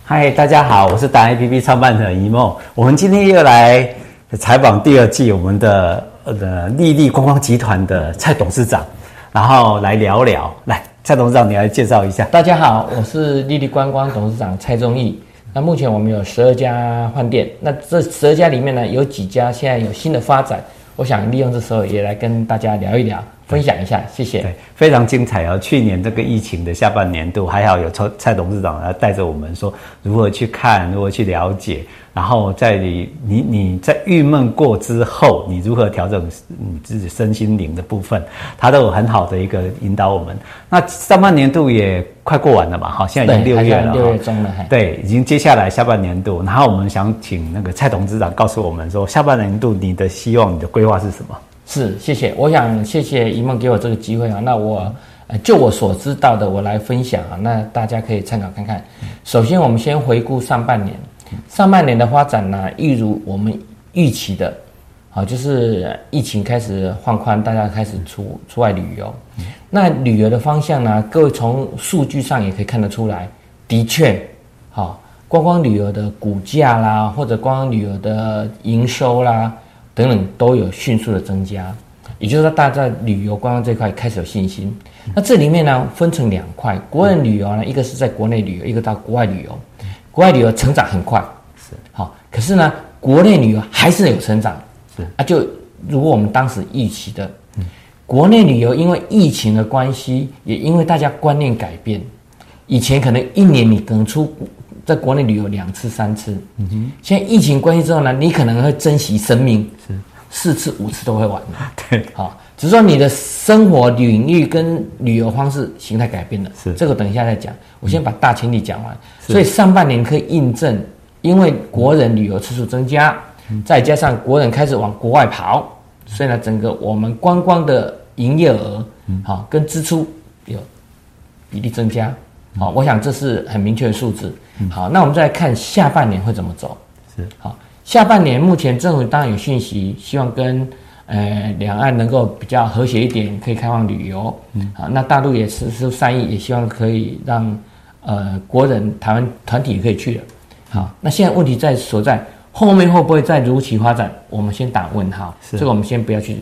嗨，大家好，我是达人 APP 创办人一梦。我们今天又来采访第二季我们的丽丽观光集团的蔡董事长，然后来聊聊。来，蔡董事长，你来介绍一下。 大家好，我是丽丽观光董事长蔡宗义。那目前我们有12家饭店，那这12家里面呢，有几家现在有新的发展，我想利用这时候也来跟大家聊一聊。分享一下，谢谢。 对，非常精彩哦！去年这个疫情的下半年度，还好有蔡董事长来带着我们说如何去看，如何去了解，然后在你在郁闷过之后，你如何调整你自己身心灵的部分，他都有很好的一个引导我们。那上半年度也快过完了嘛，好，现在已经6月了，6 月中了， 对，已经接下来下半年度，然后我们想请那个蔡董事长告诉我们说，下半年度你的希望、你的规划是什么？ 是，谢谢。我想谢谢一梦给我这个机会啊。那我就我所知道的，我来分享啊。那大家可以参考看看。首先，我们先回顾上半年，上半年的发展呢，一如我们预期的，好，就是疫情开始放宽，大家开始出外旅游。那旅游的方向呢，各位从数据上也可以看得出来，的确，好，观光旅游的股价啦，或者观光旅游的营收啦。等等都有迅速的增加，也就是说，大家在旅游观光这块开始有信心。那这里面呢，分成2块，国人旅游呢，一个是在国内旅游，一个到国外旅游。国外旅游成长很快， 是好，可是呢，国内旅游还是有成长， 是啊， 就如果我们当时预期的，国内旅游因为疫情的关系，也因为大家观念改变，以前可能1年你可能在国内旅游2次3次，现在疫情关系之后呢，你可能会珍惜生命，是4次5次都会玩的， 对， 好，只是说你的生活领域跟旅游方式形态改变了， 是这个等一下再讲，我先把大前提讲完。所以上半年可以印证，因为国人旅游次数增加，再加上国人开始往国外跑，所以呢，整个我们观光的营业额，好，跟支出有比例增加。好，我想这是很明确的数字。好，那我们再来看下半年会怎么走。 是好， 下半年目前政府当然有讯息，希望跟两岸能够比较和谐一点，可以开放旅游。好，那大陆也是善意，也希望可以让国人台湾团体也可以去了。好，那现在问题所在后面会不会再如期发展？我们先打问号。这个我们先不要去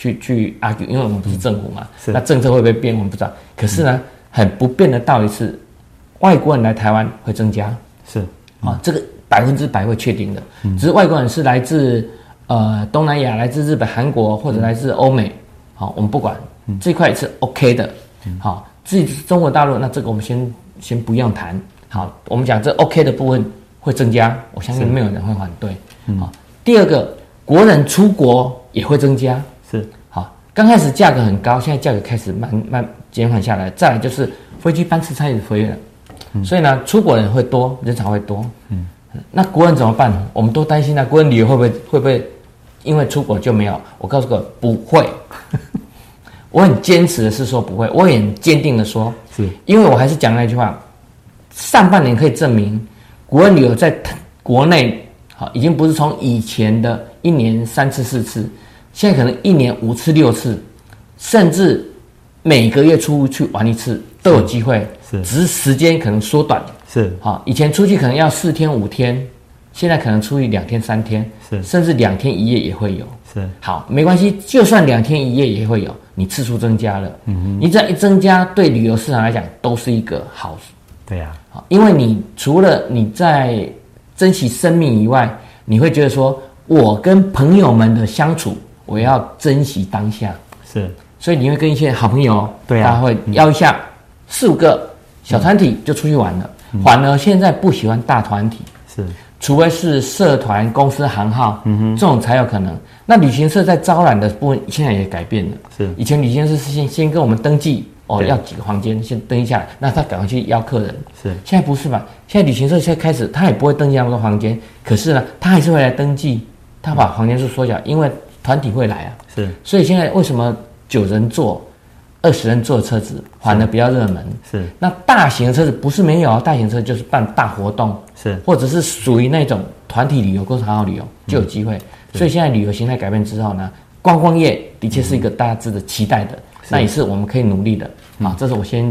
argue， 因为我们不是政府嘛。那政策会不会变，我们不知道。可是呢，很不变的道理是，外国人来台湾会增加，这个100%会确定的。只是外国人是来自东南亚、来自日本、韩国或者来自欧美，好，我们不管，这一块是 OK 的。好，至于中国大陆，那这个我们先不用谈。好，我们讲这 OK 的部分会增加，我相信没有人会反对。好，第二个，国人出国也会增加。好，刚开始价格很高，现在价格开始慢减缓下来。再来就是飞机班次开始回了。所以呢，出国人会多，人潮会多。那国人怎么办？我们都担心国人旅游会不会因为出国就没有？我告诉各位，不会。我很坚持的是说不会，我也很坚定的说，因为我还是讲那句话，上半年可以证明，国人旅游在国内好，已经不是从以前的1年3次4次，现在可能1年5次6次，甚至每个月出去玩1次都有机会。只是时间可能缩短，好，以前出去可能要4天5天，现在可能出去2天3天，甚至2天1夜也会有，好，没关系，就算2天1夜也会有，你次数增加了，你这样一增加，对旅游市场来讲都是一个好事， 对呀， 好，因为你除了你在珍惜生命以外，你会觉得说，我跟朋友们的相处，我要珍惜当下，所以你会跟一些好朋友，大家会邀一下4、5个。小团体就出去玩了，反而现在不喜欢大团体，除非是社团、公司行号，这种才有可能。那旅行社在招揽的部分现在也改变了，以前旅行社是先跟我们登记，要几个房间先登记下来，那他赶快去邀客人，现在不是吧？现在旅行社现在开始，他也不会登记那么多房间，可是呢，他还是会来登记，他把房间数缩小，因为团体会来啊，所以现在为什么9人座20人坐的车子反而比较热门，那大型的车子不是没有，大型车就是办大活动，或者是属于那种团体旅游、公司行号旅游就有机会。所以现在旅游形态改变之后呢，观光业的确是一个大致的期待的，那也是我们可以努力的。这是我先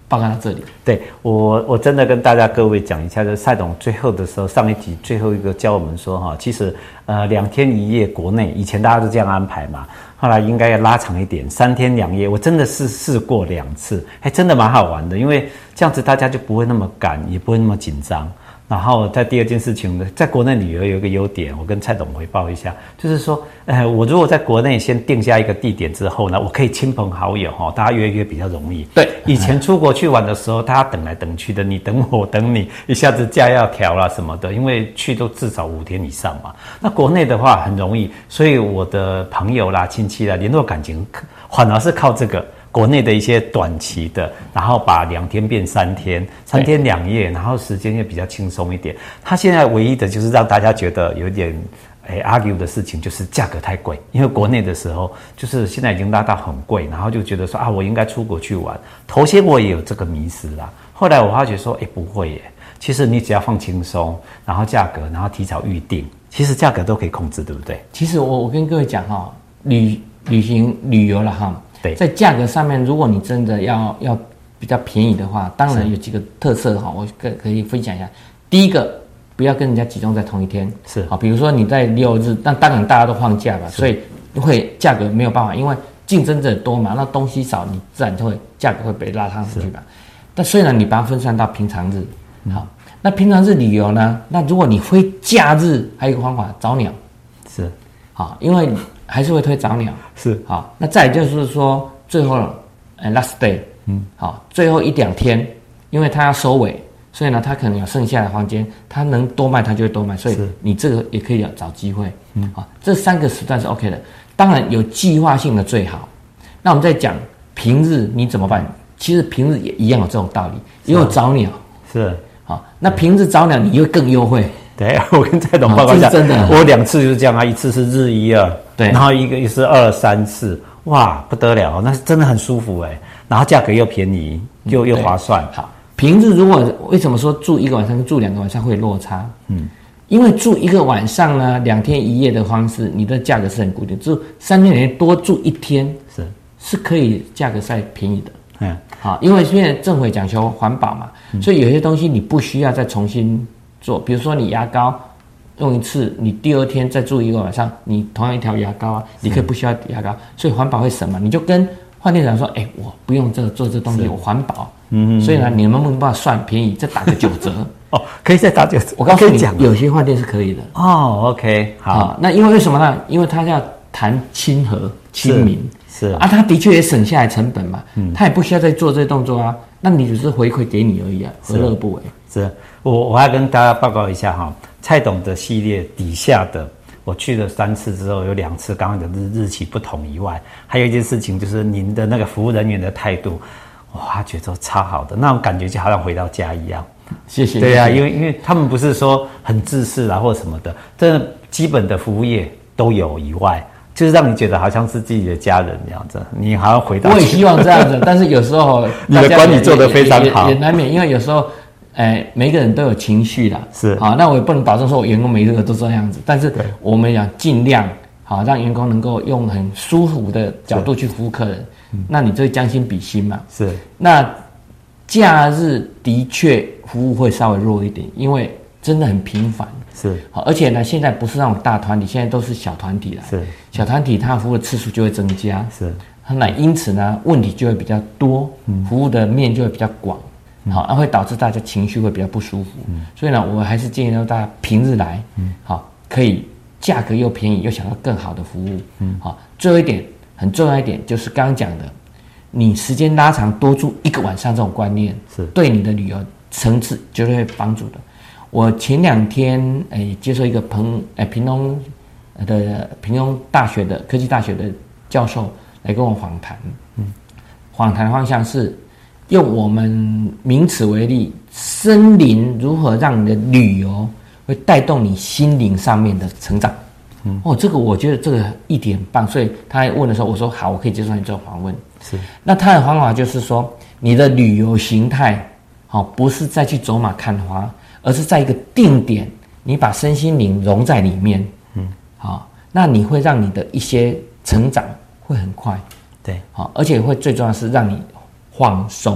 报告到这里。 对，我真的跟大家各位讲一下，就是蔡董最后的时候，上一集最后一个教我们说哈，其实2天1夜国内以前大家都这样安排嘛，后来应该要拉长一点，3天2夜。我真的是试过2次，真的蛮好玩的，因为这样子大家就不会那么赶，也不会那么紧张。然后在第二件事情呢，在国内旅游有一个优点，我跟蔡董回报一下，就是说，我如果在国内先定下一个地点之后呢，我可以亲朋好友大家约比较容易。 对， 以前出国去玩的时候，大家等来等去的，你等我等你，一下子假要调啦什么的，因为去都至少5天以上嘛。那国内的话很容易，所以我的朋友啦、亲戚啦联络感情，反而是靠这个。国内的一些短期的，然后把2天变3天，3天2夜，然后时间也比较轻松一点。他现在唯一的就是让大家觉得有点argue 的事情，就是价格太贵。因为国内的时候，就是现在已经拉到很贵，然后就觉得说我应该出国去玩。头先我也有这个迷思啦，后来我发觉说，不会耶。其实你只要放轻松，然后价格，然后提早预定，其实价格都可以控制，对不对？ 其实我跟各位讲旅游了哈。 对， 在价格上面，如果你真的要比较便宜的话，当然有几个特色我可以分享一下。第一个，不要跟人家集中在同一天， 是比如说你在6日，那当然大家都放假吧，所以会价格没有办法，因为竞争者多嘛，那东西少，你自然就会价格会被拉上去吧。但虽然你把它分散到平常日，那平常日旅游呢，那如果你非假日，还有一个方法，早鸟， 是因为还是会推早鸟， 是那再来就是说最后last day，最后1-2天，因为他要收尾，所以呢，他可能有剩下的房间，他能多卖他就会多卖，所以你这个也可以找机会，这3个时段是 OK 的，当然有计划性的最好。那我们再讲平日你怎么办？其实平日也一样有这种道理，也有早鸟， 是那平日早鸟你会更优惠。 对，我跟蔡董报告一下， 真的， 我2次就是这样一次是日1、2，对，然后一个是2、3、4，哇，不得了，那是真的很舒服然后价格又便宜，又划算。 好，平日如果为什么说住1个晚上跟住2个晚上会有落差？因为住1个晚上呢，2天1夜的方式，你的价格是很固定，住3天2夜多住1天是可以价格再便宜的。因为现在政府讲求环保嘛，所以有些东西你不需要再重新做，比如说你牙膏用一次，你第2天再住1个晚上，你同样一条牙膏你可以不需要牙膏，所以环保会省嘛。你就跟饭店长说，我不用做这东西，我环保。所以呢，你们没办法算便宜，再打个9折。 可以再打9折。 我告诉你，有些饭店是可以的。 OK， 好。 那因为什么呢？因为他要谈亲和亲民。 是他的确也省下来成本嘛，他也不需要再做这些动作啊，那你只是回馈给你而已何乐不为？ 是，我还跟大家报告一下蔡董的系列底下的，我去了3次之后，有2次刚刚的日期不同以外，还有一件事情就是您的那个服务人员的态度，哇，觉得超好的，那种感觉就好像回到家一样。 谢谢。 对啊，因为他们不是说很自私或什么的，这基本的服务业都有以外。就是让你觉得好像是自己的家人这样子，你好像回到。 我也希望这样子，但是有时候你的管理做得非常好， 也难免，因为有时候，每个人都有情绪啦。 是那我也不能保证说我员工每一个都这样子，但是我们要尽量让员工能够用很舒服的角度去服务客人，那你就会将心比心嘛。 是。 那假日的确服务会稍微弱一点，因为真的很频繁。 是， 而且呢，现在不是那种大团体，现在都是小团体来。 是， 小团体它服务的次数就会增加。 是， 那因此呢，问题就会比较多，服务的面就会比较广，会导致大家情绪会比较不舒服。所以呢，我还是建议让大家平日来，可以价格又便宜，又想要更好的服务。最后一点很重要一点就是刚刚讲的，你时间拉长多住1个晚上这种观念，是对你的旅游层次绝对会帮助的。我前2天接受一个屏东大学的科技大学的教授来跟我访谈，访谈的方向是用我们名词为例，森林如何让你的旅游会带动你心灵上面的成长。这个我觉得这个议题很棒，所以他问的时候，我说好，我可以接受你这个访问。是，那他的方法就是说，你的旅游形态不是再去走马看花。而是在一个定点，你把身心灵融在里面，那你会让你的一些成长会很快，对，而且会最重要的是让你放松，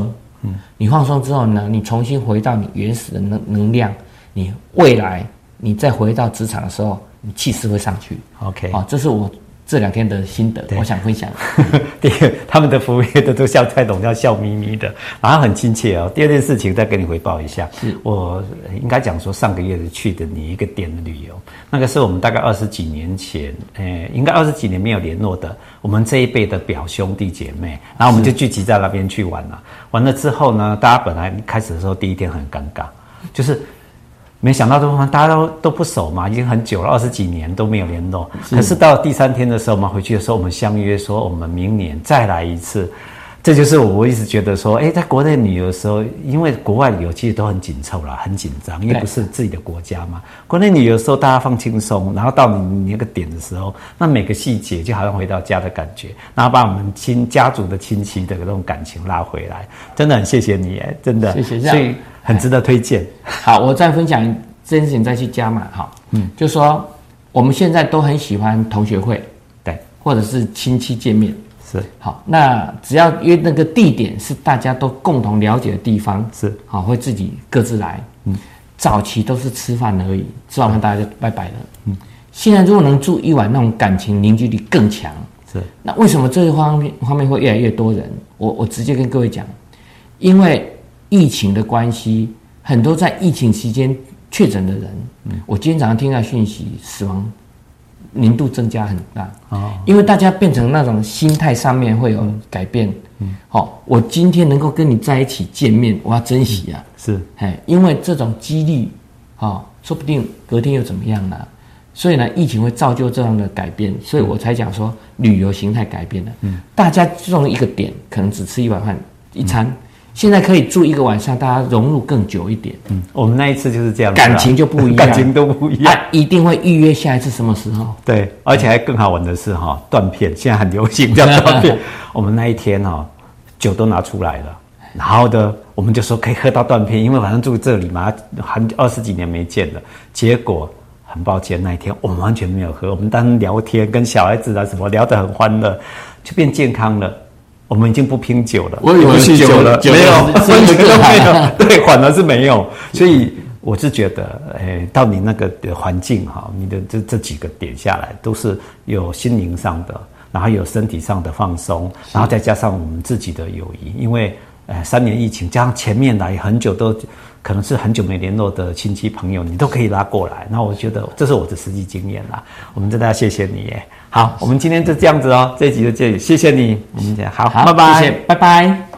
你放松之后呢，你重新回到你原始的能量，你未来你再回到职场的时候，你气势会上去。 OK， 这是我这2天的心得，我想分享。 第一个，他们的服务业都像蔡董，要笑眯眯的，然后很亲切哦。第二件事情再跟你汇报一下，我应该讲说上个月去的你一个点的旅游，那个是我们大概20几年前，应该20几年没有联络的，我们这一辈的表兄弟姐妹，然后我们就聚集在那边去玩了。完了之后呢，大家本来开始的时候第一天很尴尬，就是没想到大家都不熟嘛，已经很久了，20几年都没有联络。可是到第3天的时候，我们回去的时候，我们相约说我们明年再来一次。这就是我一直觉得说，在国内旅游的时候，因为国外旅游其实都很紧凑啦，很紧张，因为不是自己的国家嘛。国内旅游的时候大家放轻松，然后到你那个点的时候，那每个细节就好像回到家的感觉，然后把我们家族的亲戚的那种感情拉回来，真的很谢谢你真的， 谢谢， 所以很值得推荐。 好，我再分享这件事情再去加码哈。就说我们现在都很喜欢同学会， 对， 或者是亲戚见面。 是好，那只要约那个地点是大家都共同了解的地方， 是好， 会自己各自来。早期都是吃饭而已，吃完饭大家就拜拜了。现在如果能住一晚，那种感情凝聚力更强。 是， 那为什么这方面会越来越多人？我直接跟各位讲，因为疫情的关系，很多在疫情期间确诊的人，我今天早上听到讯息，死亡年度增加很大。因为大家变成那种心态上面会有改变。我今天能够跟你在一起见面，我要珍惜啊。 是， 因为这种几率，说不定隔天又怎么样了。所以呢，疫情会造就这样的改变，所以我才讲说旅游形态改变了。大家中一个点可能只吃1碗饭一餐。现在可以住1个晚上，大家融入更久一点。 我们那一次就是这样， 感情就不一样， 感情都不一样。 一定会预约下一次什么时候？ 对，而且还更好玩的是断片，现在很流行叫断片。我们那一天酒都拿出来了，然后呢，我们就说可以喝到断片，因为反正住这里嘛，很20几年没见了。结果很抱歉，那一天我们完全没有喝，我们当时聊天，跟小孩子什么聊得很欢乐，就变健康了。我们已经不拼酒了， 我以为酗酒了， 没有，完全都没有，对，反而是没有。所以我是觉得，到你那个环境你的这几个点下来，都是有心灵上的，然后有身体上的放松，然后再加上我们自己的友谊，因为3年疫情，加上前面来很久都可能是很久没联络的亲戚朋友，你都可以拉过来。那我觉得这是我的实际经验啦。我们真的要谢谢你好，我们今天就这样子这一集就这里，谢谢你。我们讲好，拜拜， 谢谢，拜拜。